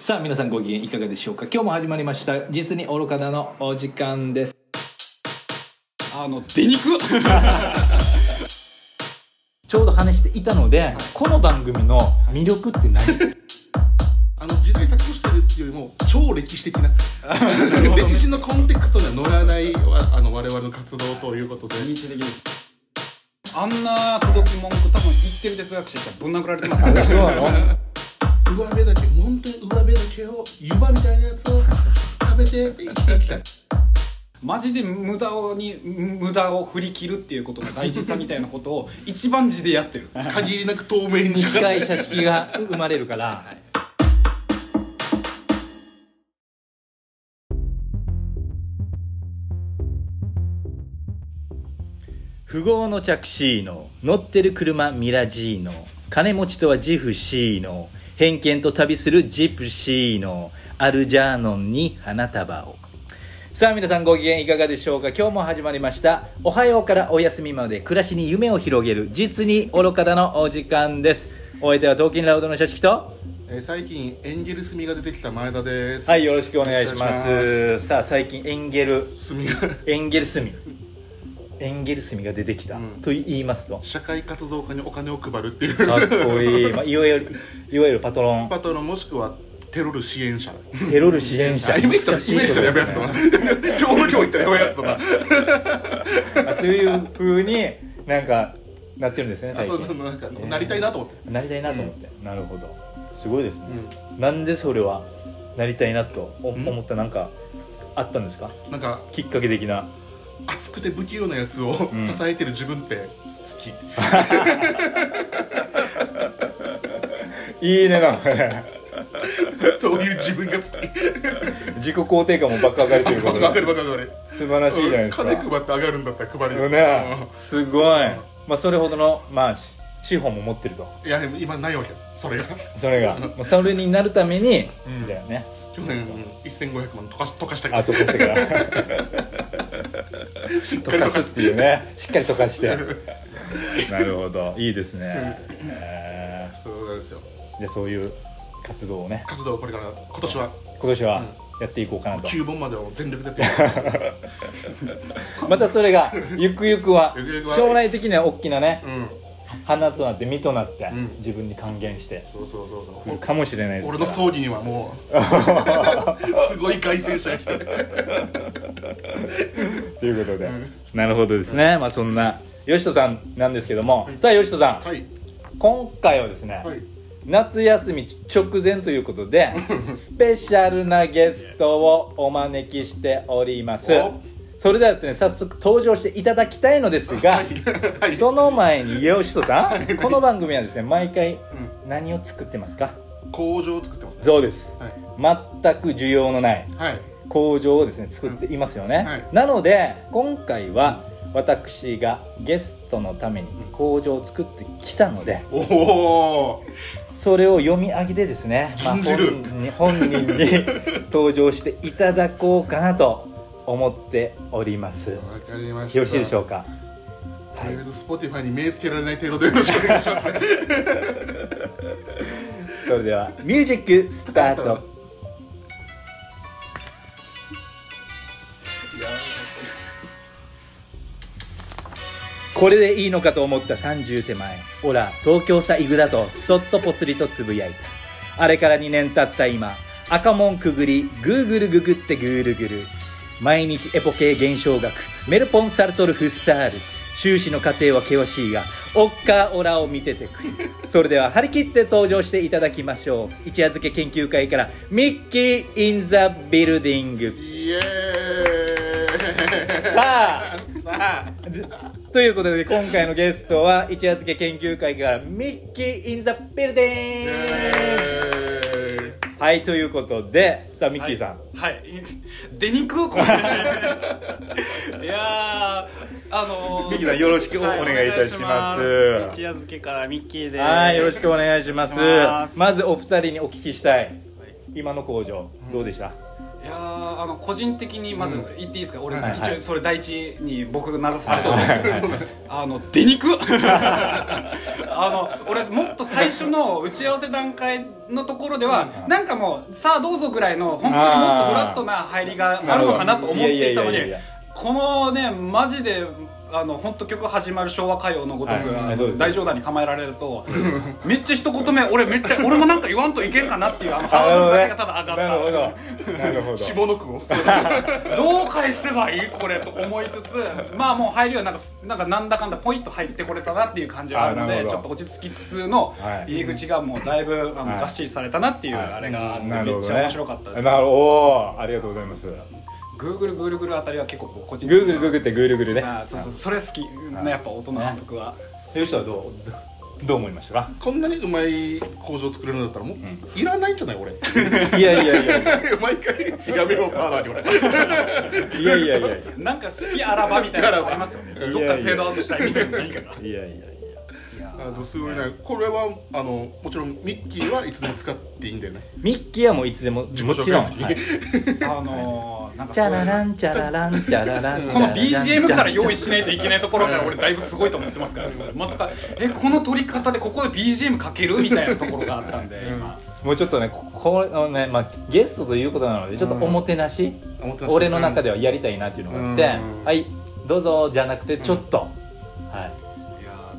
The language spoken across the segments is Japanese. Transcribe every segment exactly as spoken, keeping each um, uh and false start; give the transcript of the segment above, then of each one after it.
さあ皆さんご機嫌いかがでしょうか。今日も始まりました実に愚かだのお時間です。 あの出にくちょうど話していたので、はい、この番組の魅力って何？ あの時代錯誤してるっていうよりも超歴史的な歴史のコンテクストには乗らないあの我々の活動ということで認識的です。あんな口説き文句多分言ってる哲学者いたらぶん殴られてますからそうなの？ 上辺だけ本当に上辺だけを湯葉みたいなやつを食べて生きていきたい。 マジで無駄をに無駄を振り切るっていうことが大事さみたいなことを一番字でやってる限りなく透明に短い写式が生まれるから、はい、富豪の着シーノ、乗ってる車ミラジーノ、金持ちとはジフシーノ、偏見と旅するジプシーノ、アルジャーノンに花束を。さあ皆さんご機嫌いかがでしょうか。今日も始まりましたおはようからお休みまで暮らしに夢を広げる実に愚かだのお時間です。お相手は東京ラウドの社畜と、 えー、最近エンゲル炭が出てきた前田です。 はい、よろしくお願いします。さあ最近エンゲル炭がエンゲル炭エンゲル炭が出てきた、うん、と言いますと社会活動家にお金を配るっていうかっこいい、まあ、いわゆるいわゆるパトロンパトロンもしくはテロル支援者テロル支援者イメージしたらイメージしたらやばいやつだな今日の今日言ったらやばいやつだなという風になんかなってるんですね最近。 そうそうなんか、えー、なりたいなと思ってなりたいなと思って、うん、なるほど、すごいですね、 うん、 なんでそれはなりたいなと思ったなんかあったんですか？ なんかきっかけ的な。 熱くて不器用なやつを、うん、支えてる自分って好きいいねなんかねそういう自分が好き自己肯定感も爆上がりということで爆上がる爆上がり素晴らしいじゃないですか。 金配って上がるんだったら配るよね、すごい、まあ、それほどの、まあ、資本も持ってると。 いや今ないわけそれがそれが、まあ、それになるために、うん、だよね。 去年、うん、せんごひゃくまん溶かし、溶かしたからあ溶かしたから溶かすっていうね、しっかり溶かしてなるほど、いいですね、うん、えー、 そうなんですよ。 じゃあそういう活動をね活動をこれから今年は今年はやっていこうかなと、 きゅうぼんまでを全力でやってまたそれがゆくゆくは将来的には大きなね、うん、花となって実となって、うん、自分に還元してそうそうそうそうかもしれないですから。 俺の葬儀にはもうすごい凱旋者が来てということで、うん、なるほどですね、うん、まあそんな吉人さんなんですけども、はい、さあ吉人さん、はい、今回はですね、はい、夏休み直前ということでスペシャルなゲストをお招きしております。それではですね、早速登場していただきたいのですが、はいはい、その前に吉人さん、はい、この番組はですね毎回何を作ってますか？ 工場を作ってますね。 そうです、はい、全く需要のない、 はい、 工場をですね作っていますよね、はい、なので今回は私がゲストのために工場を作ってきたので、 うん、おそれを読み上げてですね、まあ、本人に、本人に登場していただこうかなと思っております。 わかりました。 よろしいでしょうか？ とりあえず Spotify に目つけられない程度でよろしくお願いしますねそれではミュージックスタート。これでいいのかと思ったさんじゅう手前、オラ東京さイグだとそっとぽつりとつぶやいた。あれからにねん経った今、赤門くぐりグーグルググってグールグル、毎日エポ系現象学メルポンサルトルフッサール、修士の過程は険しいがおっかオラを見ててくれ。それでは張り切って登場していただきましょう。一夜漬け研究会からミッキー・イン・ザ・ビルディング。 イエーイさあさあということで今回のゲストは一夜漬け研究会からミッキー・イン・ザ・ビルディング。はい、ということでさあミッキーさん、 はい、はい、出にくこれいやあのー、 ミッキーさんよろしくお願いいたします。 はい、一夜漬けからミッキーです。 はい、よろしくお願いします。まずお二人にお聞きしたい、はい、今の工場どうでした？ いやあの個人的にまず言っていいですか、うん、俺、 はい、 一応それ第一に僕が名指された、はい、あの出にくああの俺もっと最初の打ち合わせ段階のところでは、うん、なんかもうさあどうぞぐらいの本当にもっとフラットな入りがあるのかなと思っていたのに、このねマジであの本当曲始まる昭和歌謡のごとく、はい、大冗談に構えられるとめっちゃ一言目俺めっちゃ俺もなんか言わんといけんかなっていうあのハードルだけがただ上がった。なるほどなるほど下の句をどう返せばいいこれと思いつつ、まあもう入りはなんかなんかなんだかんだポイッと入ってこれたなっていう感じはあるので、ちょっと落ち着きつつの入り口がもうだいぶあのがっしりされたなっていうあれがあってめっちゃ面白かったです。 なるほど、ありがとうございます。 グーグルグルグルあたりは結構個人的にグーグルグーグルってグールグルね。 あそうそうそれ好きね、やっぱ音の反復は。 吉田はどうどう思いましたか？ こんなにうまい工場作れるんだったらもう、うん、いらないんじゃない俺。 いやいやいや毎回やめようパーラーに俺。 いやいやいやなんか好きあらばみたいなのありますよね。どっかフェードアウトしたいみたいな何かが。 いやいやいや。 あのすごいね、これはあのもちろんミッキーはいつでも使っていいんだよね。 ミッキーはもういつでも自己紹介の時に、はい、 あのー、なんかチャラランチャラランチャラランこの ビージーエム から用意しないといけないところから俺だいぶすごいと思ってますから、まさかえこの撮り方でここで ビージーエム かけるみたいなところがあったんで、うん、まあ、 もうちょっとねこのね、まあ、ゲストということなのでちょっとおもてなし、うん、俺の中ではやりたいなっていうのがあって、うん、はいどうぞじゃなくてちょっと、うん、はい、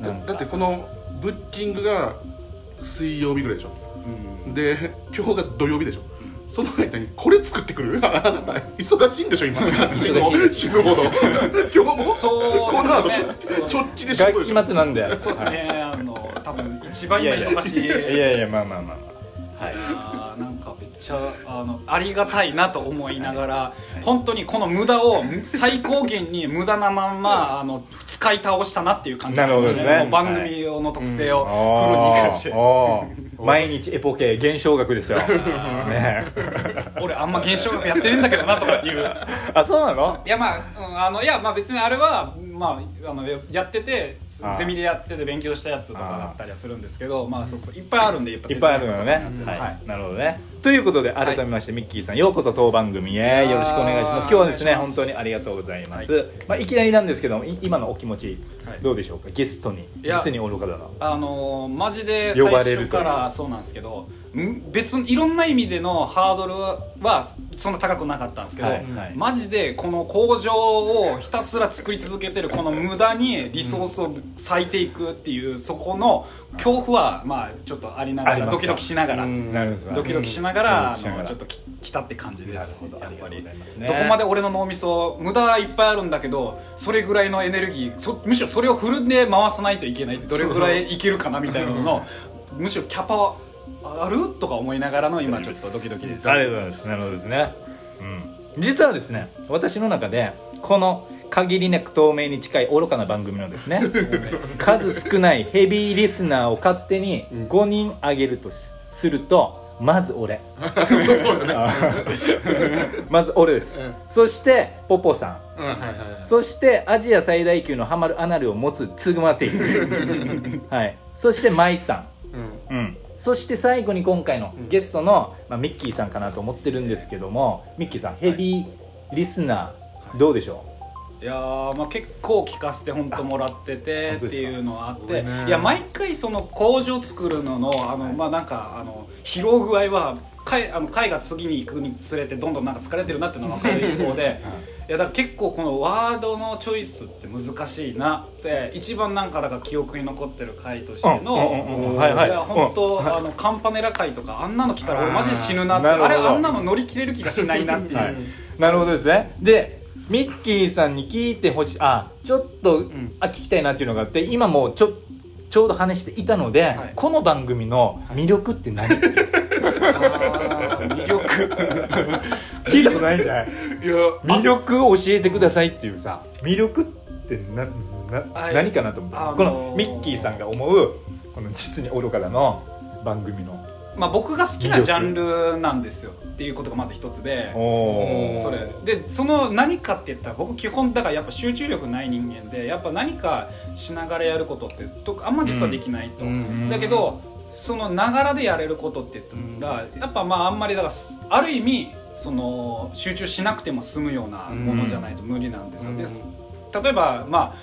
いや だ, だってこのブッキングが水曜日ぐらいでしょ、うん、で今日が土曜日でしょ、うん、その間にこれ作ってくるあなた忙しいんでしょ今死ぬほど死ぬほど今日もそう、ね、この後直帰で仕事でしょ。 学期末なんでそうですね、あの多分一番今忙しい。いやいやいやまあまあまあまあ、はい、 あなんかめっちゃあのありがたいなと思いながら、はい、本当にこの無駄を最高限に無駄なまんまあの使い倒したなっていう感じなんですね。ね番組用の特性をフルに生かして、 うん、毎日エポケ現象学ですよ、ね、 俺あんま現象学やってねえんだけどなとかっていうあそうなの？ いやまあ、うん、あのいやまあ別にあれはまああのやっててゼミでやってて勉強したやつとかだったりはするんですけど、まあそうそういっぱいあるんでいっぱいあるのよね、はい、はい、なるほどね。ということで改めまして、はい、ミッキーさんようこそ当番組へよろしくお願いします。今日はですね本当にありがとうございます、はい、まあ、いきなりなんですけど今のお気持ちどうでしょうか、はい、ゲストに実に愚かだなあのー、マジで最初からそうなんですけど別にいろんな意味でのハードルはそんな高くなかったんですけど、はいはい、マジでこの工場をひたすら作り続けてるこの無駄にリソースを割いていくっていうそこの恐怖はまあちょっとありながらドキドキしながらドキドキしながらあのちょっと来たって感じです。やっぱりどこまで俺の脳みそ無駄いっぱいあるんだけどそれぐらいのエネルギーそむしろそれをフルで回さないといけないってどれぐらいいけるかなみたいなののむしろキャパはあるとか思いながらの今ちょっとドキドキです。 ありがとうございます。なるほどですね、うん、実はですね私の中でこの限りなく透明に近い愚かな番組のですね数少ないヘビーリスナーを勝手にごにんあげるとするとまず俺そうだねまず俺です、うん、そしてポポさん、うんはいはいはい、そしてアジア最大級のハマるアナルを持つツグマティはい、そしてマイさん、うんうん、そして最後に今回のゲストの、まあ、ミッキーさんかなと思ってるんですけども、ミッキーさんヘビーリスナーどうでしょう？ いやまあ結構聞かせて本当もらっててっていうのはあって、いや毎回その工場作るののあのまあなんかあの疲労具合は回あの回が次に行くにつれてどんどんなんか疲れてるなっていうのが分かる一方でいやだから結構このワードのチョイスって難しいなって一番なんかだから記憶に残ってる回としてのいや本当あのカンパネラ回とかあんなの来たら俺マジで死ぬなってあれあんなの乗り切れる気がしないなっていう、はい、 なるほどですね。でミッキーさんに聞いてほしいあちょっと、うん、あ聞きたいなっていうのがあって今もうちょちょうど話していたので、はい、この番組の魅力って何？はい、 魅力聞いたことないんじゃない？いや魅力を教えてくださいっていうさ魅力ってなな、はい、何かなと思って、あのー、このミッキーさんが思うこの実に愚かなの番組のまあ、僕が好きなジャンルなんですよっていうことがまず一つでそれでその何かって言ったら僕基本だからやっぱ集中力ない人間でやっぱ何かしながらやることってあんま実はできないと、うん、だけどそのながらでやれることって言ったらやっぱまああんまりだからある意味その集中しなくても済むようなものじゃないと無理なんですよ、うん、で例えばまあ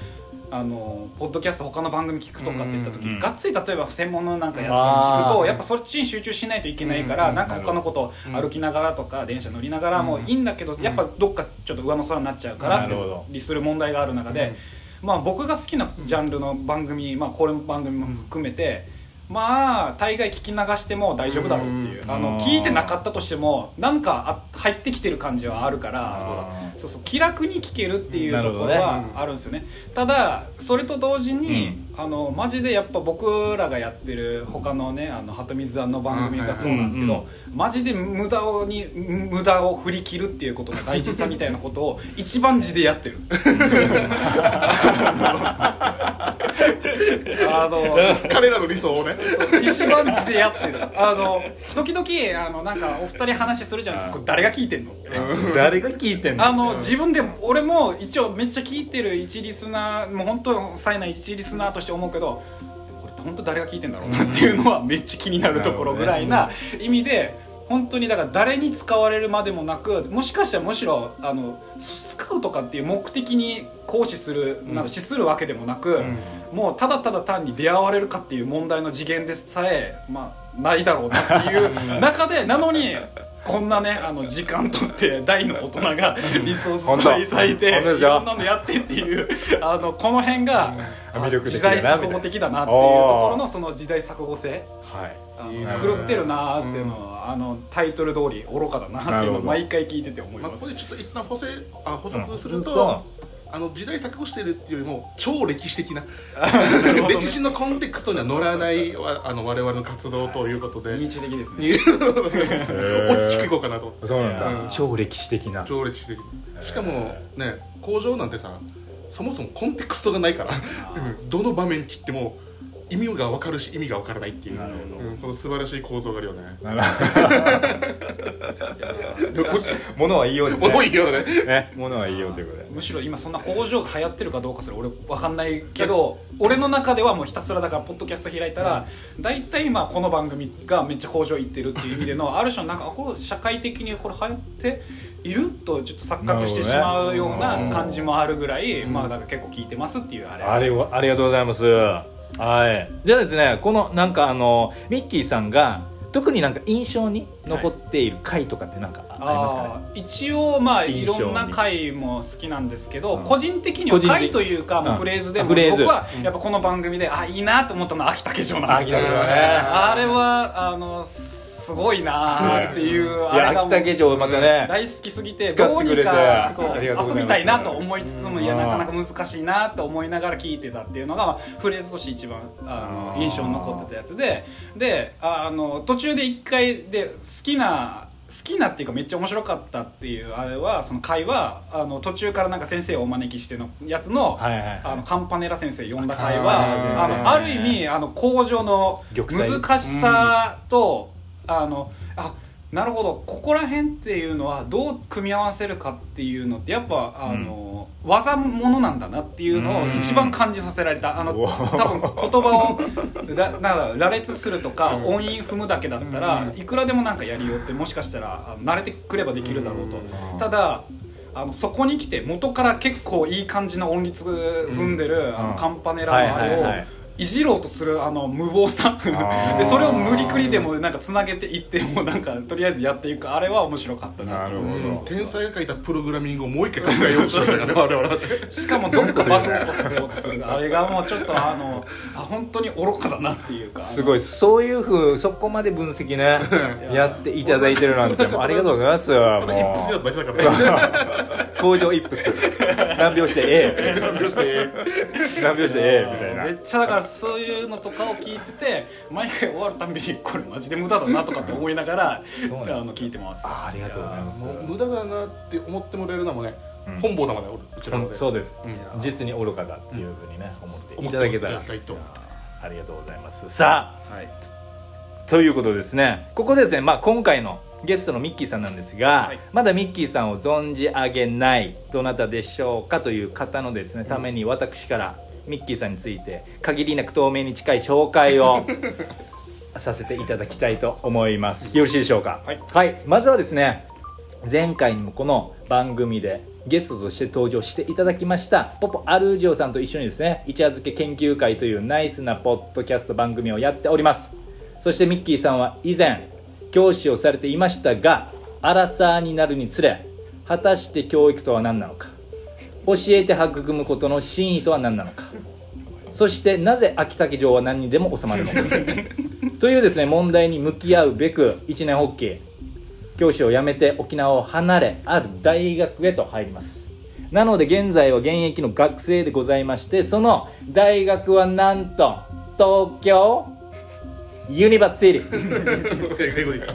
あのポッドキャスト他の番組聞くとかって言った時、うん、がっつり例えば専門のなんかやつ聞くとやっぱそっちに集中しないといけないから、うん、なんか他のこと歩きながらとか、うん、電車乗りながらもいいんだけど、うん、やっぱどっかちょっと上の空になっちゃうからってりする問題がある中で、うん、まあ僕が好きなジャンルの番組、まあこれの番組も含めて、まあ大概聞き流しても大丈夫だろうっていう、あの聞いてなかったとしてもなんか入ってきてる感じはあるから、そうそう気楽に聞けるっていうところはあるんですよね。ただそれと同時に、うん、あのマジでやっぱ僕らがやってる他のねあの鳩水庵の番組がそうなんですけど、うんうん、マジで無駄をに無駄を振り切るっていうことが大事さみたいなことを一番地でやってるあの彼らの理想をね一番地でやってる。あの時々あのなんかお二人話するじゃないですか。これ誰が聞いてんの誰が聞いてんの。 あの自分で俺も一応めっちゃ聞いてる一リスナー、もう本当冴えない一リスナーとして思うけど、これ本当誰が聞いてんだろうなっていうのはめっちゃ気になるところぐらいな意味で、本当にだから誰に使われるまでもなく、もしかしたらむしろあのスカウトかっていう目的に行使する、うん、なんか資するわけでもなく、うん、もうただただ単に出会われるかっていう問題の次元でさえ、まあ、ないだろうなっていう中でなのにこんなねあの時間とって大の大人がリソース割いていろんなのやってっていうあのこの辺が時代錯誤的だなっていうところのその時代錯誤性、はい、狂ってるなーっていうのは、うん、あのタイトル通り愚かだなっていうのを毎回聞いてて思います。 まあ、ここでちょっと一旦補正あ補足すると、うん、あの時代錯誤してるっていうよりも超歴史的な歴史のコンテクストには乗らないあの我々の活動ということで認知的ですね大きくいこうかなと思って。 そうなんだ、うん、超歴史的な超歴史的しかもね工場なんてさそもそもコンテクストがないからどの場面切っても意味が分かるし意味が分からないっていう、なるほど、うん、この素晴らしい構造があるよね。 物はいいようでね。物はいいようでね。物はいいようということで。 むしろ今そんな工場が流行ってるかどうかすら俺分かんないけど、俺の中ではもうひたすらだからポッドキャスト開いたら大体今この番組がめっちゃ工場行ってるっていう意味でのある種のなんかこれ社会的にこれ流行っているとちょっと錯覚してしまうような感じもあるぐらい、まあだから結構聞いてますっていうあれ。 あれありがとうございます。はい。じゃあですね、このなんかあのミッキーさんが特になんか印象に残っている回とかってなんかありますかね。 はい、一応まあいろんな回も好きなんですけど、うん、個人的には回というか、うん、フレーズでも、うん、僕はやっぱこの番組で、うん、あいいなと思ったのは秋竹城なんですよ。あれはあのすごいなっていう、 あれが秋竹城またね大好きすぎてどうにかそう遊びたいなと思いつつもいやなかなか難しいなと思いながら聞いてたっていうのが、まあ、フレーズとして一番あの印象に残ってたやつで、であの途中で一回で好きな好きなっていうかめっちゃ面白かったっていうあれはその回はあの途中からなんか先生をお招きしてのやつの、はいはいはい、あのカンパネラ先生呼んだ回はあのある意味あの工場の難しさと、うん、あのあなるほどここら辺っていうのはどう組み合わせるかっていうのってやっぱあの、うん、技物なんだなっていうのを一番感じさせられた。あの多分言葉をらなん羅列するとか音韻踏むだけだったらいくらでもなんかやりようってもしかしたら慣れてくればできるだろうと。ただあのそこに来て元から結構いい感じの音律踏んでる、うん、あのカンパネラのあれを、はいはいはい、いじろうとするあの無謀さでそれを無理くりでもなんかつなげていってもなんかとりあえずやっていくあれは面白かったなと思います。 天才が書いたプログラミングをもう一回考えようとしたからね我々 しかもどっかバグを起こさせようとするあれがもうちょっとあのあ本当に愚かだなっていうかすごいそういうふうそこまで分析ねやっていただいてるなんてもうありがとうございますよ。もうイップスだけだから工場イップス何拍子で A 何拍子で A 何拍子で A みたいなめっちゃだからそういうのとかを聞いてて毎回終わるたんびにこれマジで無駄だなとかって思いながらあの聞いてます。 あ, ありがとうございます。 もう無駄だなって思ってもらえるのもね、うん、本望だもんねうちらのでそうです、うん、実に愚かだっていうふうにね、うん、思っていただけたらありがとうございます。さあ、はい、ということですねここですね、まあ、今回のゲストのミッキーさんなんですが、はい、まだミッキーさんを存じ上げないどなたでしょうかという方のですね、うん、ために私からミッキーさんについて限りなく透明に近い紹介をさせていただきたいと思います。よろしいでしょうか。はい、はい、まずはですね前回にもこの番組でゲストとして登場していただきましたポポアルージョさんと一緒にですね、一夜漬け研究会というナイスなポッドキャスト番組をやっております。そしてミッキーさんは以前教師をされていましたが、アラサーになるにつれ、果たして教育とは何なのか、教えて育むことの真意とは何なのか、そしてなぜ秋竹城は何にでも収まるのかというですね問題に向き合うべく一年発起、教師を辞めて沖縄を離れ、ある大学へと入ります。なので現在は現役の学生でございまして、その大学はなんと東京ユニバーシティ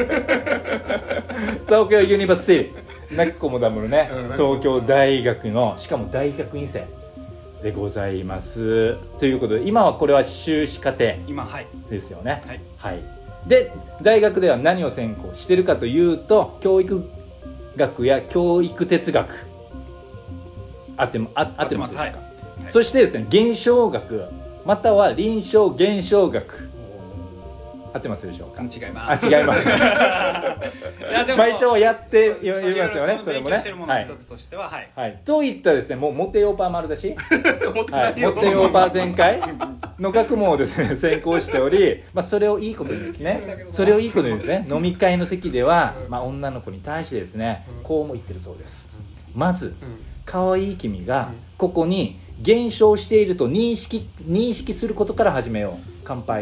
東京ユニバーシティなきこもだものね、東京大学の、しかも大学院生でございますということで、今はこれは修士課程ですよね。はい、はい、で大学では何を専攻してるかというと、教育学や教育哲学、あってもあ合ってますでしょうか。はい、そしてですね現象学または臨床現象学、合ってますでしょうか。 違います。 あ、違います。いやでも毎朝やっていますよね。それもね。 勉強してるものの一つとしては、はい。 はい。といったですね、もうモテオーパー丸出し、はい、モテオーパー全開の学問をですね専攻しており、まあそれをいいことにですね、それをいいことにですね、飲み会の席ではまあ女の子に対してですね、こうも言ってるそうです。まず、可愛い君がここに減少していると認識認識することから始めよう。乾杯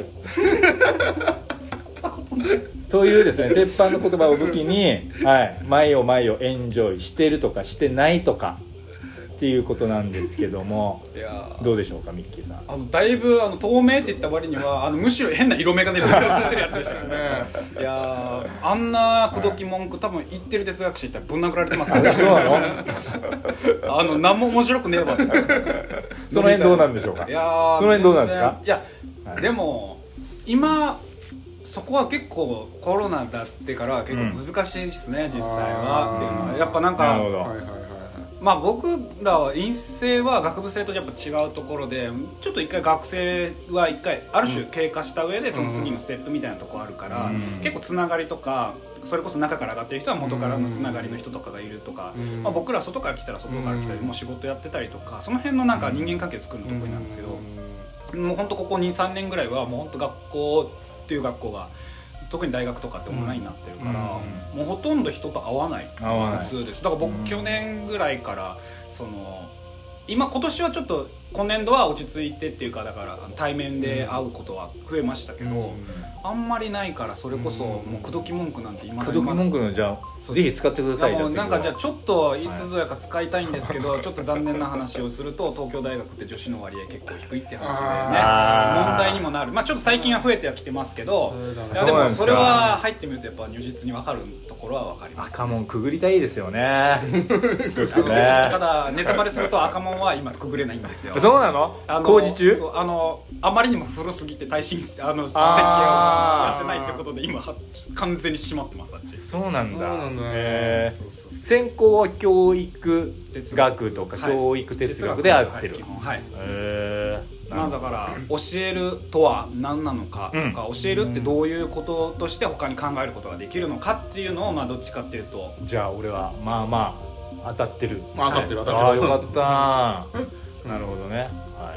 というですね鉄板の言葉を武器に、はい、前を前をエンジョイしてるとかしてないとかっていうことなんですけども、いやどうでしょうかミッキーさん。 あのだいぶあの透明って言った割にはあのむしろ変な色眼鏡で出てるやつでしたよね。いやあんな口説き文句多分言ってる哲学者いったらぶん殴られてますからね。 そうなのあの何も面白くねえわってその辺どうなんでしょうか。いやその辺どうなんですか。 いや、はい、でも今そこは結構コロナだってから結構難しいですね、うん、実際はっていうのはやっぱなんか、なるほど、まあ僕らは院生は学部生とやっぱ違うところで、ちょっと一回学生は一回ある種経過した上でその次のステップみたいなところあるから、うん、結構つながりとかそれこそ中から上がってる人は元からのつながりの人とかがいるとか、うんまあ、僕ら外から来たら外から来たりもう仕事やってたりとか、その辺のなんか人間関係作るの得意なんですけど、もうほんとここ にさんねんぐらいはもうほんと学校っていう学校が特に大学とかってオンラインになってるから、うん、もうほとんど人と会わない普通です。だから僕、うん、去年ぐらいからその今今年はちょっと今年度は落ち着いてっていうか、だから対面で会うことは増えましたけど、うん、あんまりないから、それこそもう口説き文句なんて今口説き文句のじゃあぜひ使ってください。 じゃあなんかじゃあちょっといつぞやか使いたいんですけど、はい、ちょっと残念な話をすると東京大学って女子の割合結構低いって話でね、問題にもなる。まあちょっと最近は増えてはきてますけど、いやでもそれは入ってみるとやっぱ如実に分かるところは分かります、ね、 赤門くぐりたいですよねただネタバレすると赤門は今くぐれないんですよ。 そうなの？工事中？ そう、あのあまりにも古すぎて耐震あの設計をやってないってことで今完全に閉まってます。あっち。 そうなんだ。へー。専攻は教育学とか教育哲学で合ってる。 はい。へー。まあだから教えるとは何なのかとか、教えるってどういうこととして他に考えることができるのかっていうのをまあどっちかっていうと、 じゃあ俺はまあまあ当たってる。 まあ当たってる当たってる。 ああよかった。なるほどね。はい。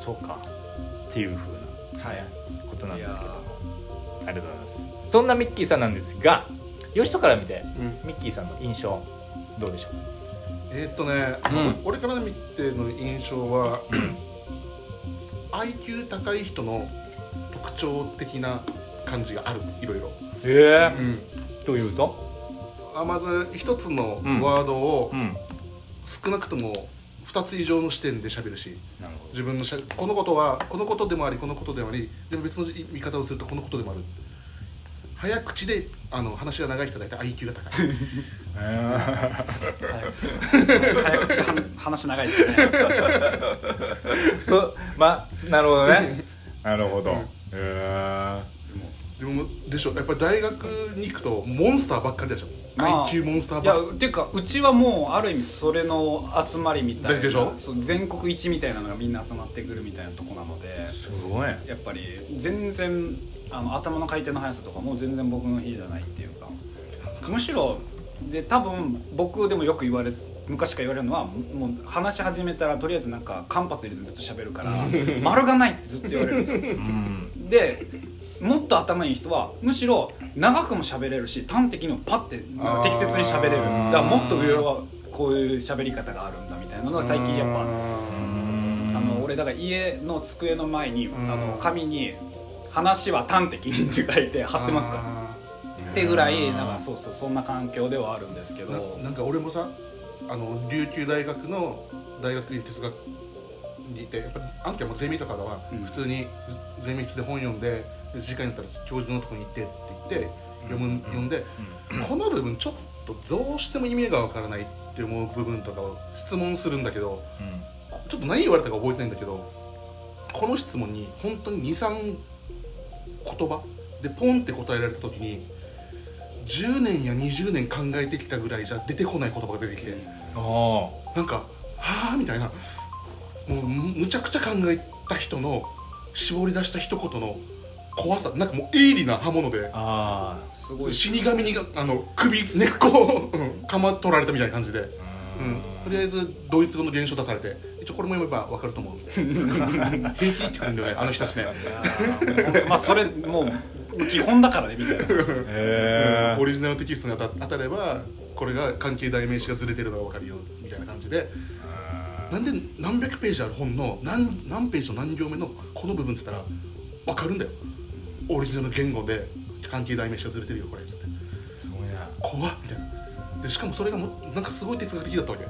そうかっていう風な、はい、ことなんですけど、ありがとうございます。そんなミッキーさんなんですが、よしとから見て、うん、ミッキーさんの印象どうでしょう？ えー、っとね、うん、俺から見ての印象はアイキュー 高い人の特徴的な感じがある、いろいろ。 ええーうん、というとあまず一つのワードを少なくともふたつ以上の視点で喋るし、なるほど、自分のしゃこのことはこのことでもありこのことでもあり、でも別の見方をするとこのことでもある。早口であの話が長い人は大体 アイキュー が高い早口で話長いですねそうまあなるほどねなるほど、うん、へでもでしょ、やっぱり大学に行くとモンスターばっかりでしょ、まあ、アイキュー モンスターばっかり。いやっていうかうちはもうある意味それの集まりみたいなでしょ、 そう全国一みたいなのがみんな集まってくるみたいなとこなので、 すごいやっぱり全然あの頭の回転の速さとかも全然僕の比じゃないっていうか、むしろで多分僕でもよく言われ昔から言われるのはもう話し始めたらとりあえずなんか間髪入れずずっと喋るから丸がないってずっと言われるんですよ、うん、でもっと頭いい人はむしろ長くも喋れるし端的にもパッてなんか適切に喋れる。だからもっと上はこういう喋り方があるんだみたいなのが最近やっぱあの俺だから家の机の前にあの紙に話は端的にって書いて貼ってますからってぐらいなんかそうそうそんな環境ではあるんですけどな, なんか俺もさあの琉球大学の大学院哲学にいてやっぱあの時はもうゼミとかでは普通にゼミ室で本読んでで時間になったら教授のとこに行ってって言って読む、うん、読んで、うん、この部分ちょっとどうしても意味がわからないって思う部分とかを質問するんだけど、うん、ちょっと何言われたか覚えてないんだけどこの質問に本当に にさん言葉でポンって答えられた時にじゅうねんやにじゅうねん考えてきたぐらいじゃ出てこない言葉が出てきて、うん、なんかはぁみたいなもうむちゃくちゃ考えた人の絞り出した一言の怖さなんかもう鋭利な刃物であすごい死神にあの首根っこを、うん、かま取られたみたいな感じで、うん、とりあえずドイツ語の原書出されて一応これも読めば分かると思う平気ってくるんだよねあの人たちねまあそれもう基本だからねみたいなへオリジナルテキストに当 た, 当たればこれが関係代名詞がずれてるのが分かるよみたいな感じでなんで何百ページある本の 何, 何ページの何行目のこの部分っつったら分かるんだよオリジナル言語で関係代名詞がずれてるよこれっつってすごいな怖っみたいなでしかもそれがもなんかすごい哲学的だったわけ、うん、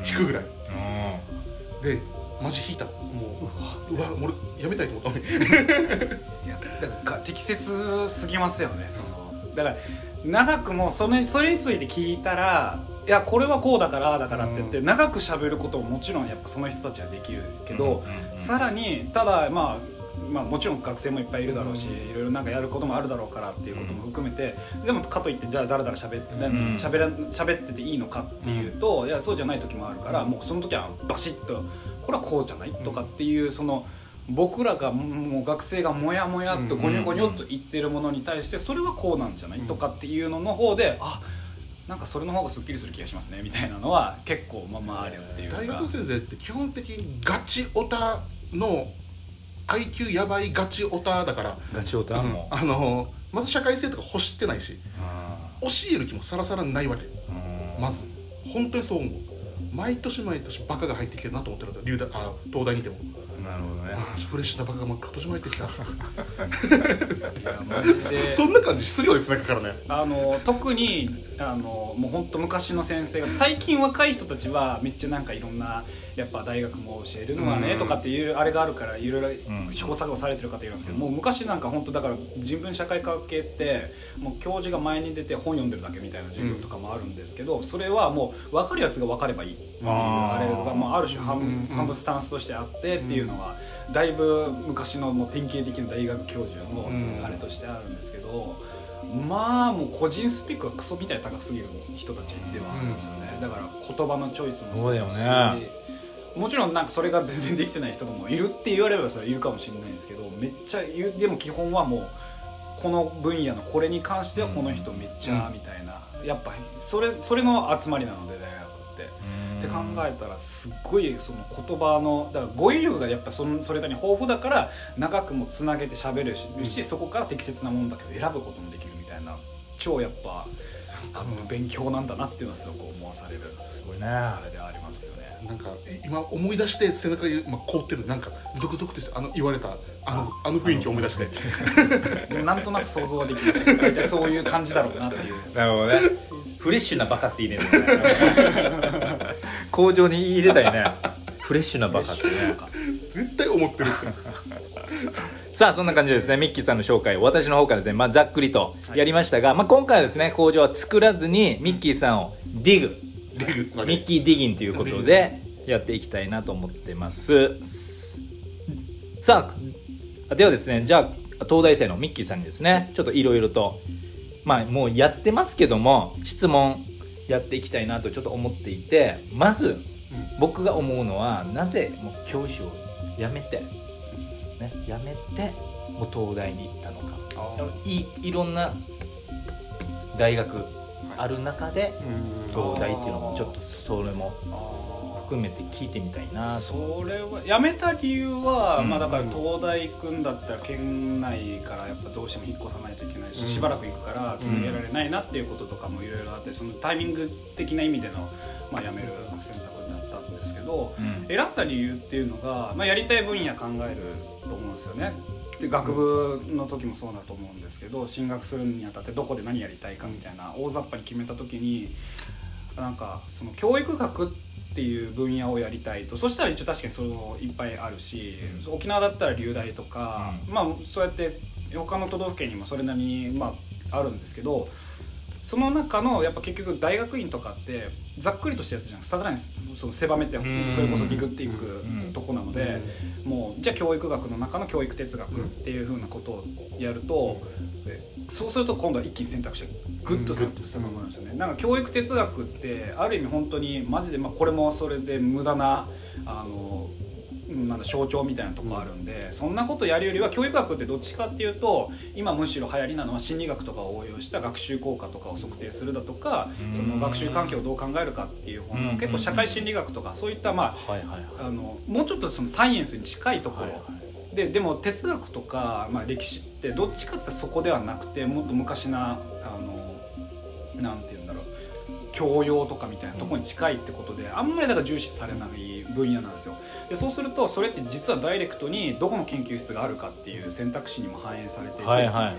引くぐらい、うん、でマジ引いたもううわ俺やめたいと思ったのにいやだから適切すぎますよねそのだから長くもそれ、それについて聞いたらいやこれはこうだからだからって言って、うん、長く喋ることももちろんやっぱその人たちはできるけど、うんうんうん、さらにただまあまあ、もちろん学生もいっぱいいるだろうし、うん、いろいろなんかやることもあるだろうからっていうことも含めて、うん、でもかといってじゃあだらだら喋ってていいのかっていうと、うん、いやそうじゃない時もあるから、うん、もうその時はバシッとこれはこうじゃない、うん、とかっていうその僕らがもう学生がモヤモヤっとゴニョゴニョっと言ってるものに対してそれはこうなんじゃない、うん、とかっていうのの方であなんかそれの方がすっきりする気がしますねみたいなのは結構まあまああるっていうか大学先生って基本的にガチオタのアイキュー やばいガチオタだからガチオタも、 うん、あのまず社会性とか欲してないし教える気もさらさらないわけまず本当にそう思う毎年毎年バカが入ってきてるなと思ってるんだ留大あ東大にいてもなるほどねフレッシュなバカが今年も入ってきたっつっていやマジでそんな感じするようです中からねあの特にあのもう本当昔の先生が最近若い人たちはめっちゃなんかいろんなやっぱ大学も教えるのはねとかっていうあれがあるからいろいろ試行錯誤されてる方いるんですけど、もう昔なんか本当だから人文社会科系ってもう教授が前に出て本読んでるだけみたいな授業とかもあるんですけど、それはもう分かるやつが分かればいいっていうあれがまあある種反物スタンスとしてあってっていうのはだいぶ昔のもう典型的な大学教授のあれとしてあるんですけど、まあもう個人スピークはクソみたい高すぎる人たちではあるんですよね。だから言葉のチョイスもそうだし、もちろんなんかそれが全然できてない人もいるって言われればそれはいるかもしれないんですけど、めっちゃ言うでも基本はもうこの分野のこれに関してはこの人めっちゃみたいな、やっぱそれそれの集まりなので大学ってって考えたらすっごいその言葉のだから語彙力がやっぱそのそれなりに豊富だから長くもつなげて喋れるし、うん、そこから適切なものだけど選ぶこともできるみたいな超やっぱあの勉強なんだなっていうのはすごく思わされるすごいねあれでありますよね。 なんか今思い出して背中が今凍ってるなんかゾクゾクってしてあの言われたあのあの雰囲気を思い出してでもなんとなく想像はできますね。大体そういう感じだろうなっていう。 なるほどね。フレッシュなバカっていいね工場に入れたいねフレッシュなバカってね絶対思ってるってさあそんな感じでですねミッキーさんの紹介を私の方からですね、まあ、ざっくりとやりましたが、はいまあ、今回はですね工場は作らずにミッキーさんをディグミッキーディギンということでやっていきたいなと思ってます。さあではですねじゃあ東大生のミッキーさんにですねちょっといろいろとまあもうやってますけども質問やっていきたいなとちょっと思っていて、まず僕が思うのはなぜもう教師を辞めて、ね、辞めてもう東大に行ったのか。い, いろんな大学ある中で東大っていうのもちょっとそれも含めて聞いてみたいな。 それは辞めた理由は、うん、まあだから東大行くんだったら県内からやっぱどうしても引っ越さないといけないし、うん、しばらく行くから続けられないなっていうこととかもいろいろあって、そのタイミング的な意味での、まあ、辞める選択だったんですけど、うん、選んだ理由っていうのが、まあ、やりたい分野考えると思うんですよね。で学部の時もそうだと思うんですけど、進学するにあたってどこで何やりたいかみたいな大雑把に決めた時に、なんかその教育学っていう分野をやりたいと。そしたら一応確かにそのいっぱいあるし、うん、沖縄だったら流大とか、うん、まあそうやって他の都道府県にもそれなりにまああるんですけど、その中のやっぱ結局大学院とかってざっくりとしたやつじゃん。さらにその狭めてそれこそディグっていくとこなので、もうじゃあ教育学の中の教育哲学っていう風なことをやると、そうすると今度は一気に選択肢がグッと狭まるんですよね。なんか教育哲学ってある意味本当にマジで、まあこれもそれで無駄なあのなんだ象徴みたいなとこあるんで、うん、そんなことやるよりは教育学ってどっちかっていうと、今むしろ流行りなのは心理学とかを応用した学習効果とかを測定するだとか、その学習環境をどう考えるかっていう本の結構社会心理学とかそういったまあ、はいはいはい、あのもうちょっとそのサイエンスに近いところ、はいはい、ででも哲学とか、まあ、歴史ってどっちかってそこではなくて、もっと昔なあのなんていうんだろう、教養とかみたいなところに近いってことで、あんまりだから重視されない分野なんですよ。でそうするとそれって実はダイレクトにどこの研究室があるかっていう選択肢にも反映されていて、はいはいはい、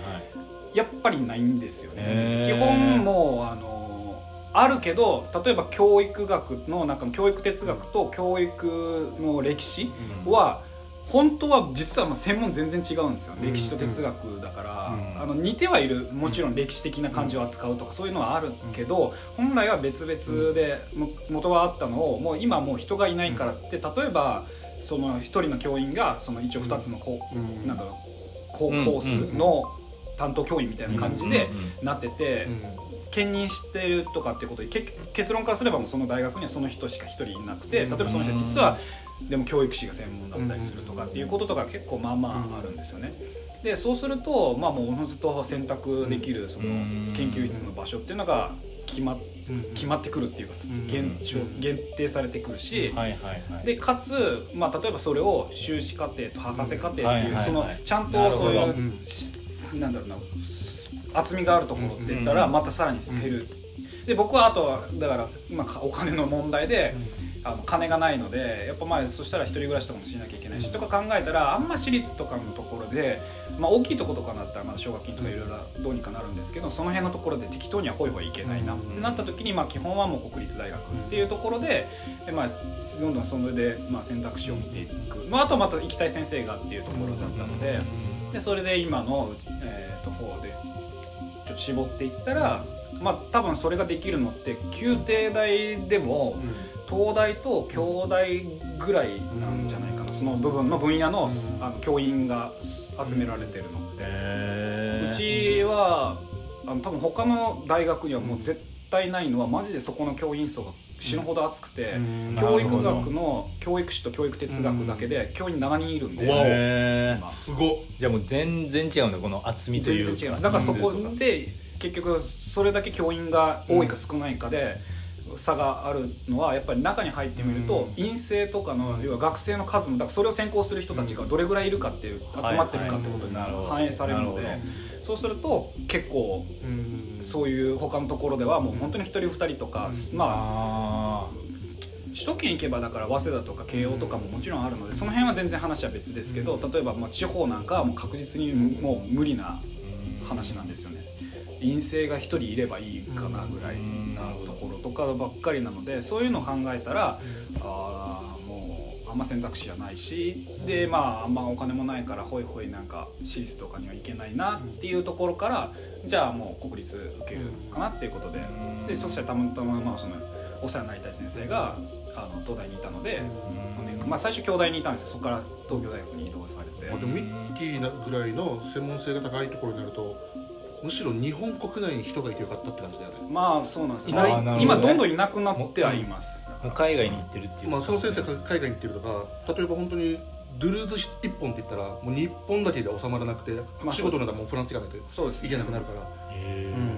やっぱりないんですよね。基本もうあのあるけど、例えば教育学の中の教育哲学と教育の歴史は、うん、本当は実はまあ専門全然違うんですよ。歴史と哲学だから、うん、あの似てはいる、もちろん歴史的な漢字を扱うとかそういうのはあるけど、本来は別々で元はあったのを、もう今もう人がいないからって、例えばその一人の教員がその一応二つのこう、なんだろう、コースの担当教員みたいな感じでなってて、兼任してるとかっていうことで、結論からすればもうその大学にはその人しか一人いなくて、例えばその人実はでも教育史が専門だったりするとかっていうこととか結構まあまああるんですよね。でそうすると、まあ、もうおのずと選択できるその研究室の場所っていうのが決まっ、決まってくるっていうか、限限定されてくるし、でかつ、まあ、例えばそれを修士課程と博士課程っていう、そのちゃんとそういうなんだろうな厚みがあるところって言ったらまたさらに減る。で僕はあとはだから、まあ、お金の問題で、あの金がないので、やっぱまあそしたら一人暮らしとかもしなきゃいけないしとか考えたら、あんま私立とかのところで、まあ、大きいところとかだったらまだ奨学金とかいろいろどうにかなるんですけど、その辺のところで適当にはホイホイいけないなってなった時に、まあ基本はもう国立大学っていうところで、でまあどんどんそれでまあ選択肢を見ていく、まあ、あとまた行きたい先生がっていうところだったので、でそれで今の、えー、と方ですちょっと絞っていったら、まあ多分それができるのって宮廷大でも、東大と京大ぐらいなんじゃないかな、その部分の分野 の, あの教員が集められてるので、うちはあの多分他の大学にはもう絶対ないのは、マジでそこの教員層が死ぬほど厚くて、教育学の教育史と教育哲学だけで教員ななにんいるんで、 へーすごっ。 じゃあもう全然違うんだ、この厚みというか。 全然違います。だからそこで結局それだけ教員が多いか少ないかで差があるのは、やっぱり中に入ってみると、院生とかの要は学生の数も、だからそれを専攻する人たちがどれぐらいいるかっていう、集まってるかってことに反映されるので、そうすると結構そういう他のところではもう本当にひとりふたりとか、まあ首都圏行けばだから早稲田とか慶応とかももちろんあるので、その辺は全然話は別ですけど、例えばまあ地方なんかはもう確実にもう無理な話なんですよね。院生がひとりいればいいかなぐらいなところとかばっかりなので、そういうのを考えたら、あもうあんま選択肢じゃないし、でまああんまお金もないからホイホイなんか私立とかには行けないなっていうところから、じゃあもう国立受けるかなっていうことで、でそしたらたまたままあそのお世話になりたい先生があの東大にいたので、まあ、最初京大にいたんですよ。そこから東京大学に移動されて、 でもミッキーぐらいの専門性が高いところになると、むしろ日本国内に人がいてよかったって感じだよね。 まあそうなんですよ、ね、今どんどんいなくなってはいます。 もう海外に行ってるっていう、 まあ、その先生が海外に行ってるとか、例えば本当にドゥルーズ一本って言ったらもう日本だけで収まらなくて、まあ、仕事ならもうフランス行かないといけなくなるから、うん、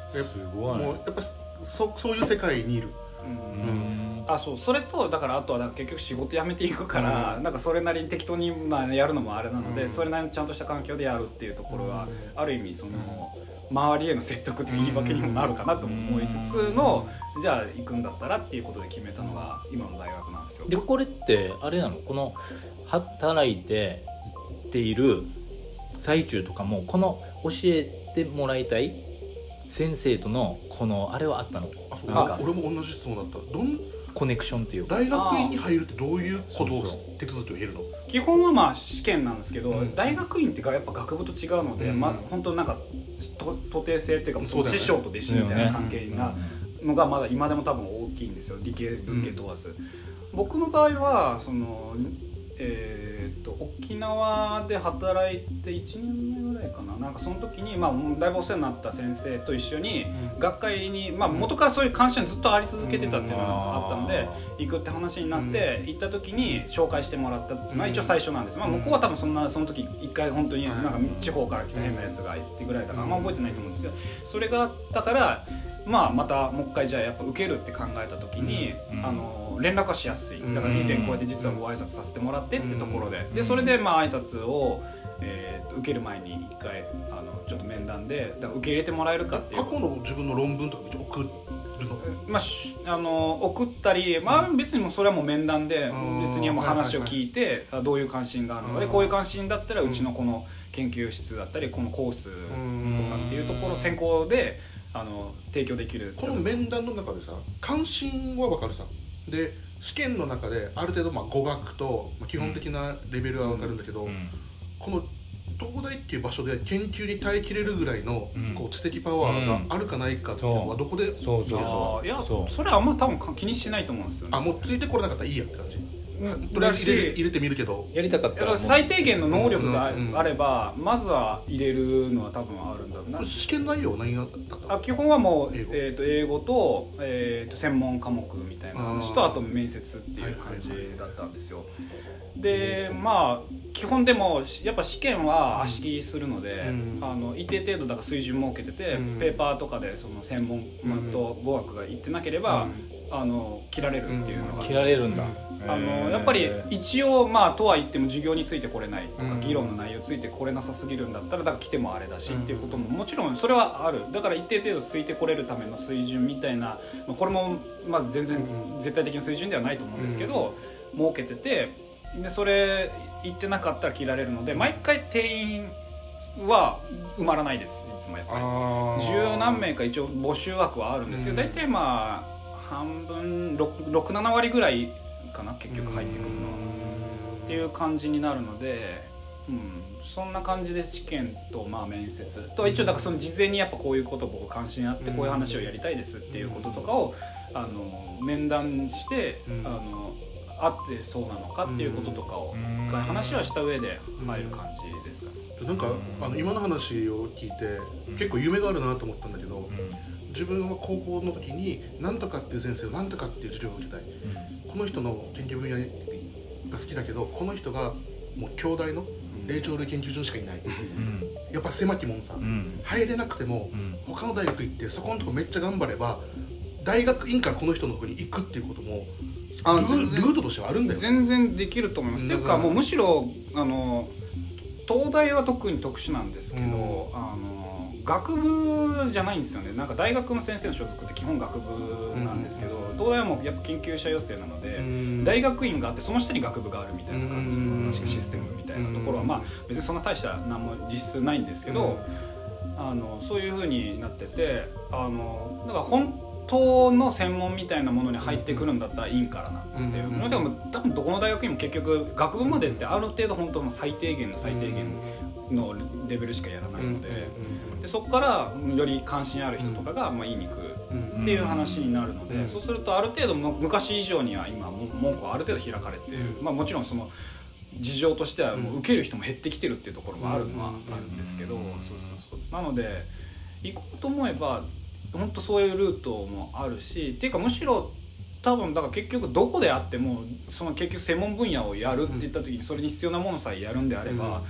すごいもうやっぱ そ, そういう世界にいる、 うんうん、あそうそれとだからあとは結局仕事辞めていくから、うん、なんかそれなりに適当にまあやるのもあれなので、うん、それなりにちゃんとした環境でやるっていうところは、うん、ある意味その、うん、周りへの説得的言い訳にもなるかなと思いつつの、うん、じゃあ行くんだったらっていうことで決めたのが今の大学なんですよ。 でこれってあれなの、この働いてっている最中とかもこの教えてもらいたい先生とのこのあれはあったの？ あそうなんか俺も同じ質問だった。どんコネクションっていうか大学院に入るってどういうことを手続きを経るの？ 基本はまあ試験なんですけど、うん、大学院ってやっぱ学部と違うので、うんまあ、本当なんか徒弟制っていうか、ね、師匠と弟子みたいな関係なのがまだ今でも多分大きいんですよ、理系文系問わず、うん、僕の場合はそのえー、と沖縄で働いていちねんめぐらいかな、なんかその時に、まあ、だいぶお世話になった先生と一緒に学会に、まあ、元からそういう関心ずっとあり続けてたっていうのがあったので行くって話になって行った時に紹介してもらったっていうのは一応最初なんです、まあ、向こうは多分そんなその時一回本当になんか地方から来た変なやつがいてぐらいだからあんま覚えてないと思うんですけど、それがあったからまあ、またもう一回じゃあやっぱ受けるって考えた時に、うん、あの連絡はしやすい。だから以前こうやって実はご挨拶させてもらってっていうところで、でそれでまあ挨拶を、えー、受ける前に一回あのちょっと面談でだから受け入れてもらえるかっていう。 過去の自分の論文とか一応送るの？ まあ、あの送ったり、まあ、別にもうそれはもう面談で別にもう話を聞いてどういう関心があるので、こういう関心だったらうちのこの研究室だったりこのコースとかっていうところ専攻であの提供できる。 この面談の中でさ関心は分かるさで試験の中である程度まあ語学と、まあ、基本的なレベルは分かるんだけど、うんうん、この東大っていう場所で研究に耐えきれるぐらいの、うん、こう知的パワーがあるかないかっていうのはどこで見てるの？ いやそれはあんま多分気にしないと思うんですよね。 あもうついてこれなかったらいいやって感じ。とりあえず入れ, 入れてみるけどやりたかったら最低限の能力があればまずは入れるのは多分あるんだろうな。 試験内容何があったあ基本はもう英語、えー、と英語と、えー、と専門科目みたいな話と あ, あと面接っていう感じだったんですよ。でまあ基本でもやっぱ試験は足切りするので、うん、あの一定程度だから水準設けてて、うん、ペーパーとかでその専門と語学がいってなければ、うん、あの切られるっていうのが、 切られるんだ。 あのやっぱり一応まあとは言っても授業についてこれないとか、うん、議論の内容ついてこれなさすぎるんだったらだから来てもあれだし、うん、っていうことももちろんそれはある。だから一定程度ついてこれるための水準みたいな、まあ、これもまず全然絶対的な水準ではないと思うんですけど、うん、設けててでそれ言ってなかったら切られるので毎回定員は埋まらないです。いつもやっぱり十何名か一応募集枠はあるんですけど、大体まあ半分ろく、なな割ぐらいかな結局入ってくるのはっていう感じになるので、うん、そんな感じで試験とまあ面接と一応だからその事前にやっぱこういうこと僕関心あってこういう話をやりたいですっていうこととかをあの面談してあのあってそうなのかっていうこととかを一回話はした上で入る感じですかね。 なんかあの今の話を聞いて結構夢があるなと思ったんだけど、自分は高校の時に何とかっていう先生を何とかっていう授業を受けたい、うん、この人の研究分野が好きだけどこの人がもう京大の霊長類研究所しかいない、うん、やっぱ狭きもんさ、うん、入れなくても、うん、他の大学行ってそこのとこめっちゃ頑張れば大学院からこの人のとこに行くっていうこともルートとしてはあるんだよ。 全然できると思います。っていうかもうむしろあの東大は特に特殊なんですけど、うん、あの学部じゃないんですよね。なんか大学の先生の所属って基本学部なんですけど、うん、東大はもうやっぱ研究者養成なので、うん、大学院があってその下に学部があるみたいな感じの確かシステムみたいなところは、まあ別にそんな大した何も実質ないんですけど、うん、あのそういう風になってて、あのだから本当の専門みたいなものに入ってくるんだったら院からなっていう、うん、でも多分どこの大学にも結局学部までってある程度本当の最低限の最低限のレベルしかやらないので、でそこからより関心ある人とかがまあ院に行くっていう話になるので、そうするとある程度昔以上には今門戸はある程度開かれている、まあ、もちろんその事情としてはもう受ける人も減ってきてるっていうところもあるのはあるんですけど、そうそうそうなので行こうと思えば本当そういうルートもあるし、っていうかむしろ多分だから結局どこであってもその結局専門分野をやるって言った時にそれに必要なものさえやるんであれば、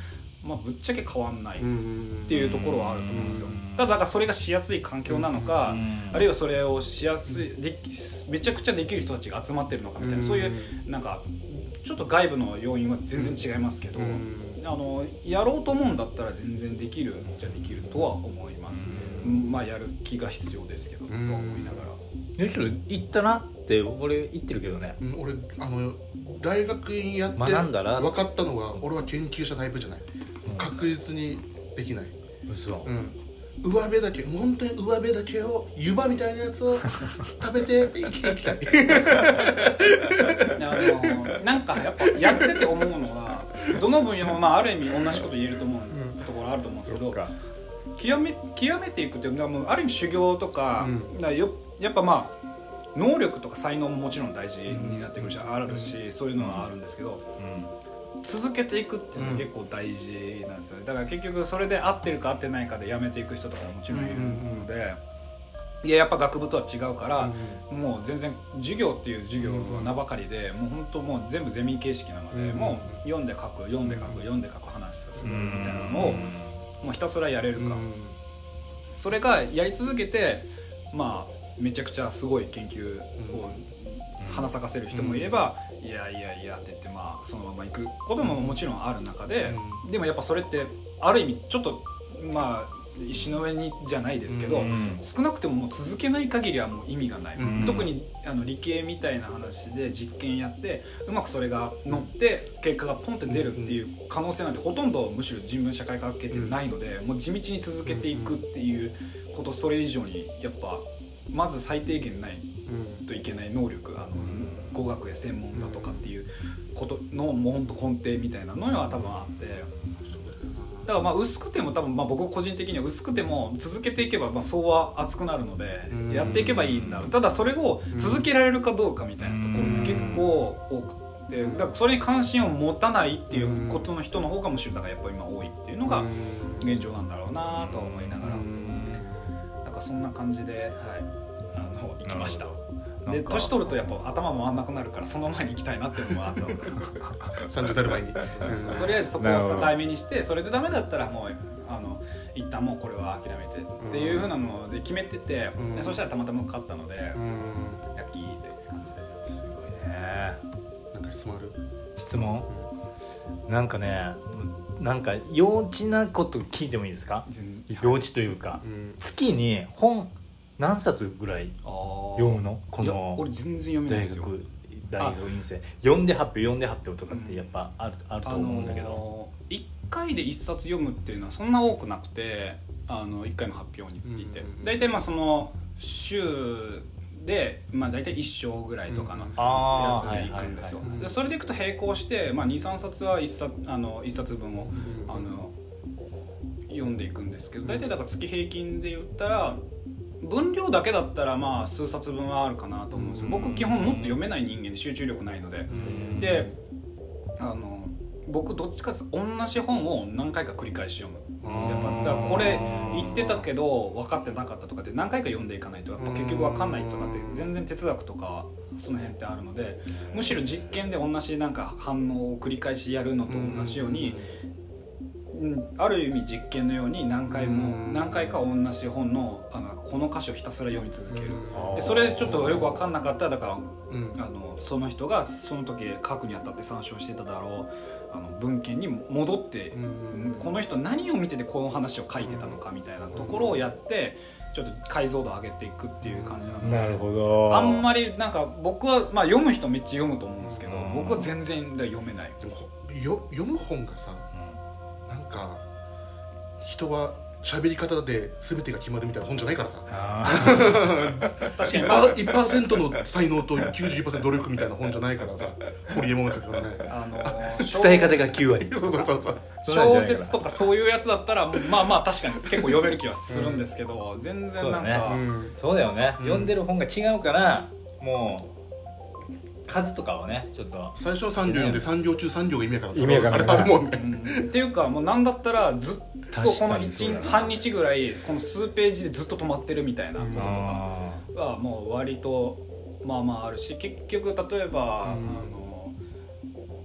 まあ、ぶっちゃけ変わんないっていうところはあると思うんですよ。ただだからそれがしやすい環境なのか、あるいはそれをしやすいでめちゃくちゃできる人たちが集まってるのかみたいな、そういうなんかちょっと外部の要因は全然違いますけど、あのやろうと思うんだったら全然できるじゃできるとは思います。まあやる気が必要ですけどと思いながら。 よし行ったなって俺言ってるけどね。 俺あの大学院やって学んだら分かったのが、俺は研究者タイプじゃない、うん、確実にできない。 嘘、 うん、上辺だけ、もう本当に上辺だけを湯葉みたいなやつを食べて生きていきたいあのなんかやっぱやってて思うのはどの分野もまあある意味同じこと言えると思う、うん、ところあると思うんですけど、極め極めていくっていうのはもうある意味修行とか、うん、だよやっぱまあ能力とか才能ももちろん大事になってくるし、あるし、そういうのはあるんですけど、うん、続けていくっていうのは結構大事なんですよね。だから結局それで合ってるか合ってないかでやめていく人とかももちろんいるので、いややっぱ学部とは違うから、もう全然授業っていう授業は名ばかりで、もう本当もう全部ゼミ形式なので、もう読んで書く読んで書く読んで書く話するみたいなのをもうひたすらやれるか、それがやり続けてまあめちゃくちゃすごい研究を花咲かせる人もいれば、うん、いやいやいやって言ってまあそのまま行くことももちろんある中で、うん、でもやっぱそれってある意味ちょっとまあ石の上にじゃないですけど、うん、少なくてももう続けない限りはもう意味がない、うん、特にあの理系みたいな話で実験やってうまくそれが乗って結果がポンって出るっていう可能性なんてほとんどむしろ人文社会科系ってないので、もう地道に続けていくっていうこと、それ以上にやっぱまず最低限ないといけない能力、あの語学や専門だとかっていうことのもうほんと根底みたいなのは多分あって、だからまあ薄くても多分まあ僕個人的には薄くても続けていけばまあそうは熱くなるのでやっていけばいいんだ。ただそれを続けられるかどうかみたいなところって結構多くて、だからそれに関心を持たないっていうことの人の方がむしろだからやっぱり今多いっていうのが現状なんだろうなと思いながら、なんかそんな感じで、はい、あの行きました。で年取るとやっぱ頭回んなくなるからその前に行きたいなっていうのもあったのでさんじゅう代の前にとりあえずそこを境目にして、それでダメだったらもうあの一旦もうこれは諦めてっていう風なので決めてて、うん、でそしたらたまたま受かったので、うん、ラッキーって感じで。すごいね。 なんか質問ある？ 質問、うん、なんかね、なんか幼稚なこと聞いてもいいですか？幼稚というか、うん、月に本何冊ぐらい読むの？この俺全然読めないですよ。 大学院生読んで発表読んで発表とかってやっぱある、うん、あると思うんだけど、あのー、いっかいでいっさつ読むっていうのはそんな多くなくて、あのいっかいの発表について、うん、大体まあその週で、まあ、大体いっ章ぐらいとかのやつでいくんですよ。でそれでいくと並行して、まあ、にさんさつはいっさつ、あのいっさつぶんを、うん、あの読んでいくんですけど、大体だから月平均で言ったら分量だけだったらまあ数冊分はあるかなと思うんですよ。僕基本もっと読めない人間で集中力ないので、であの僕どっちかというと同じ本を何回か繰り返し読む。やっぱだからこれ言ってたけど分かってなかったとかで何回か読んでいかないとやっぱ結局分かんないとかって全然哲学とかその辺ってあるので、むしろ実験で同じなんか反応を繰り返しやるのと同じように、ある意味実験のように何回も何回か同じ本 の, あのこの箇所をひたすら読み続ける。でそれちょっとよく分かんなかったらだから、うん、あのその人がその時書くにあたって参照してただろうあの文献に戻って、うん、この人何を見ててこの話を書いてたのかみたいなところをやってちょっと解像度を上げていくっていう感じなので、 なるほど。 あんまりなんか僕は、まあ、読む人めっちゃ読むと思うんですけど、僕は全然読めない。 でもよ読む本がさ、なんか人は喋り方で全てが決まるみたいな本じゃないからさ、確かに、まあ、いちパーセント の才能と きゅうじゅうきゅうパーセント 努力みたいな本じゃないからさ、ホリエモンが書くからね、あのー、伝え方がきゅうわりそうそうそうそう、 小説とかそういうやつだったらまあまあ確かに結構読める気はするんですけど、うん、全然なんかそうだよね、うん、読んでる本が違うからもう数とかはねちょっと最初はさん行読んでさん行中さん行が意味わからん意味わからんあれもんね、 うん、っていうかもうなんだったらずっとこのいち半日ぐらいこの数ページでずっと止まってるみたいなこととかはもう割とまあまああるし、結局例えば、うん、あのなんだろう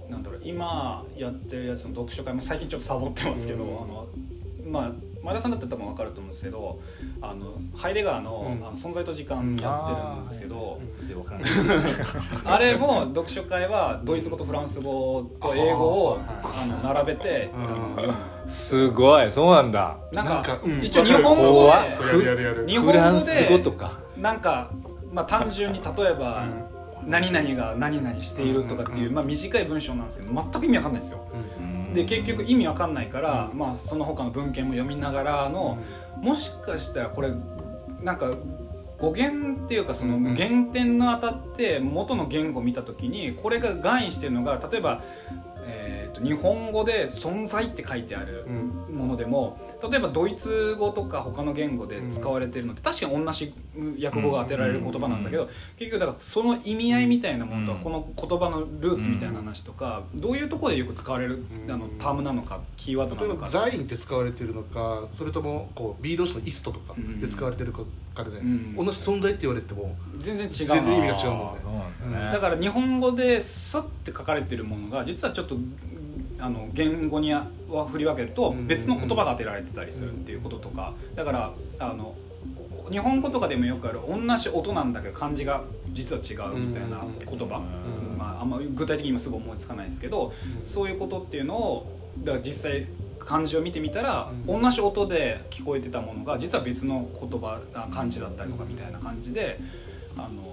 今やってるやつの読書会も最近ちょっとサボってますけど、うん、あのまあ前田さんだったら多分分かると思うんですけど、あのハイデガー の,、うん、あの存在と時間やってるんですけど、うん、あ, あれも読書会はドイツ語とフランス語と英語をあの並べて、 うん、すごい、そうなんだ。 なんか、 なんか、うん、 一応日本語で日本語でなんか、まあ、単純に例えば、うん、何々が何々しているとかっていう、まあ、短い文章なんですけど全く意味わかんないですよ。うんで結局意味わかんないから、うん、まあ、その他の文献も読みながらの、うん、もしかしたらこれなんか語源っていうかその原点のあたって元の言語を見た時にこれが含意しているのが、例えば、えー、と日本語で存在って書いてあるものでも、例えばドイツ語とか他の言語で使われているのって確かに同じ訳語が当てられる言葉なんだけど、結局だからその意味合いみたいなものとかこの言葉のルーツみたいな話とか、どういうところでよく使われるあのタームなのかキーワードなのか、 ザインって使われているのか、それともこう B 動詞のイストとかで使われているかで、ね、うん、同じ存在って言われても全然違う、 全然意味が違うもんね。 うん、だから日本語でスッって書かれているものが実はちょっとあの言語には振り分けると別の言葉が当てられてたりするっていうこととか、だからあの日本語とかでもよくある同じ音なんだけど漢字が実は違うみたいな言葉、まあ、あんま具体的に今すぐ思いつかないですけど、そういうことっていうのをだから実際漢字を見てみたら同じ音で聞こえてたものが実は別の言葉漢字だったりとかみたいな感じであの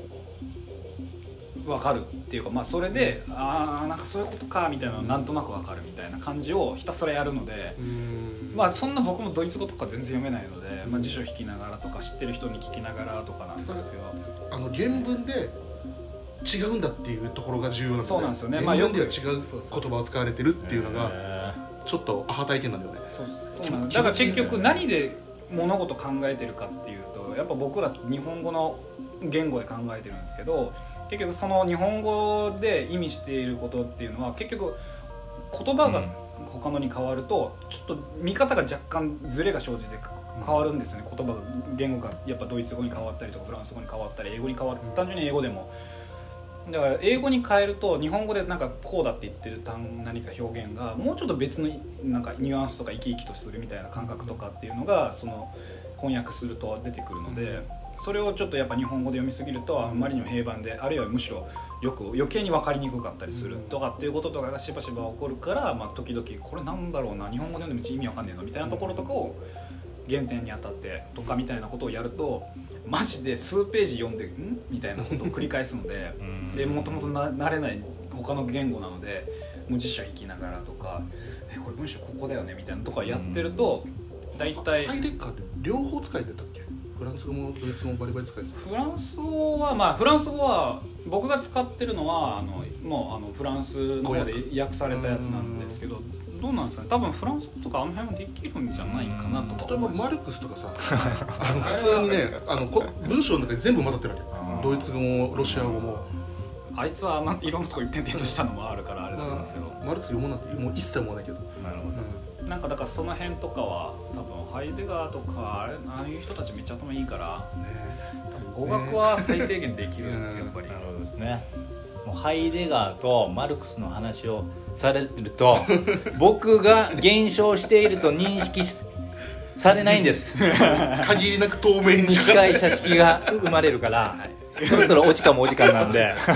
分かるっていうか、まあ、それでああなんかそういうことかみたいなのなんとなく分かるみたいな感じをひたすらやるので、まあそんな僕もドイツ語とか全然読めないので、まあ、辞書引きながらとか知ってる人に聞きながらとかなんですけど、 あの原文で違うんだっていうところが重要なので、 そうなんですよね、 原文では違う言葉を使われてるっていうのがちょっとアハ体験なんだよね。 そうそうなんだ。だから結局何で物事考えてるかっていうと、やっぱ僕ら日本語の言語で考えてるんですけど、結局その日本語で意味していることっていうのは結局言葉が他のに変わるとちょっと見方が若干ズレが生じて変わるんですよね。言葉が言語がやっぱドイツ語に変わったりとかフランス語に変わったり英語に変わったり、単純に英語でもだから英語に変えると日本語でなんかこうだって言ってる単何か表現がもうちょっと別のなんかニュアンスとか生き生きとするみたいな感覚とかっていうのがその翻訳すると出てくるので、それをちょっとやっぱ日本語で読みすぎるとあまりにも平板で、あるいはむしろよく余計に分かりにくかったりするとかっていうこととかがしばしば起こるから、まあ、時々これなんだろうな、日本語で読んでも意味わかんねえぞみたいなところとかを原点に当たってとかみたいなことをやるとマジで数ページ読んでんみたいなことを繰り返すのででもともと慣れない他の言語なのでもう辞書引きながらとかえこれ文章ここだよねみたいなとかやってると大体ハイデッカーって両方使えてたっけ？フランス語もドイツ語もバリバリ使えてた。 フランス語はまあフランス語は僕が使ってるのはあのもうあのフランスの方で訳されたやつなんですけど、どうなんですかね、多分フランス語とかあの辺もできるんじゃないかなとか。 例えばマルクスとかさあの普通にねあのこ文章の中に全部混ざってるわけ。ドイツ語もロシア語も。 あいつはなんいろんなところに点々としたのもあるからあれだと思うんですけど、 まあ、マルクス読むなんてもう一切思わないけど。 なるほど、うん、なんかだからその辺とかは多分ハイデガーとかあれああいう人たちめっちゃ頭いいから、ね、多分語学は最低限できる、ね、やっぱり。 なるほどですね。もうハイデガーとマルクスの話をされると僕が減少していると認識されないんです限りなく透明に近い写識が生まれるから、はい、そろそろお時間もお時間なんでよ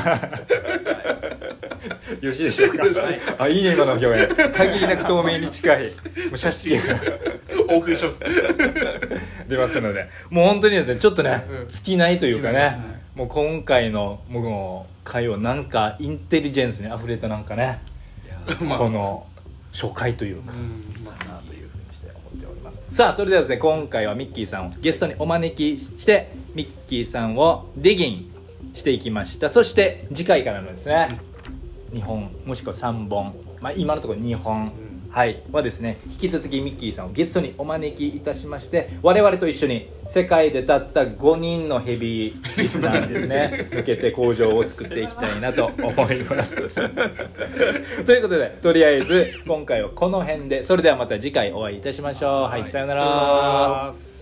ろしいでしょうか。あ、いいね今の表現。限りなく透明に近いもう写真がお送りします出ますので、もう本当にですねちょっとね、うん、尽きないというかね、はい、もう今回の僕の会話なんかインテリジェンスにあふれたなんかね、まあ、この初回というか、うん、まあ、なというふうにして思っております。さあそれではですね今回はミッキーさんをゲストにお招きしてミッキーさんをディギンしていきました。そして次回からのですね、うん、にほんもしくはさんぼん、まあ、今のところにほん、うん、はいはですね引き続きミッキーさんをゲストにお招きいたしまして我々と一緒に世界でたったごにんのヘビーリスナーにですねつけて工場を作っていきたいなと思いますということでとりあえず今回はこの辺で、それではまた次回お会いいたしましょう。はい、はい、さようなら。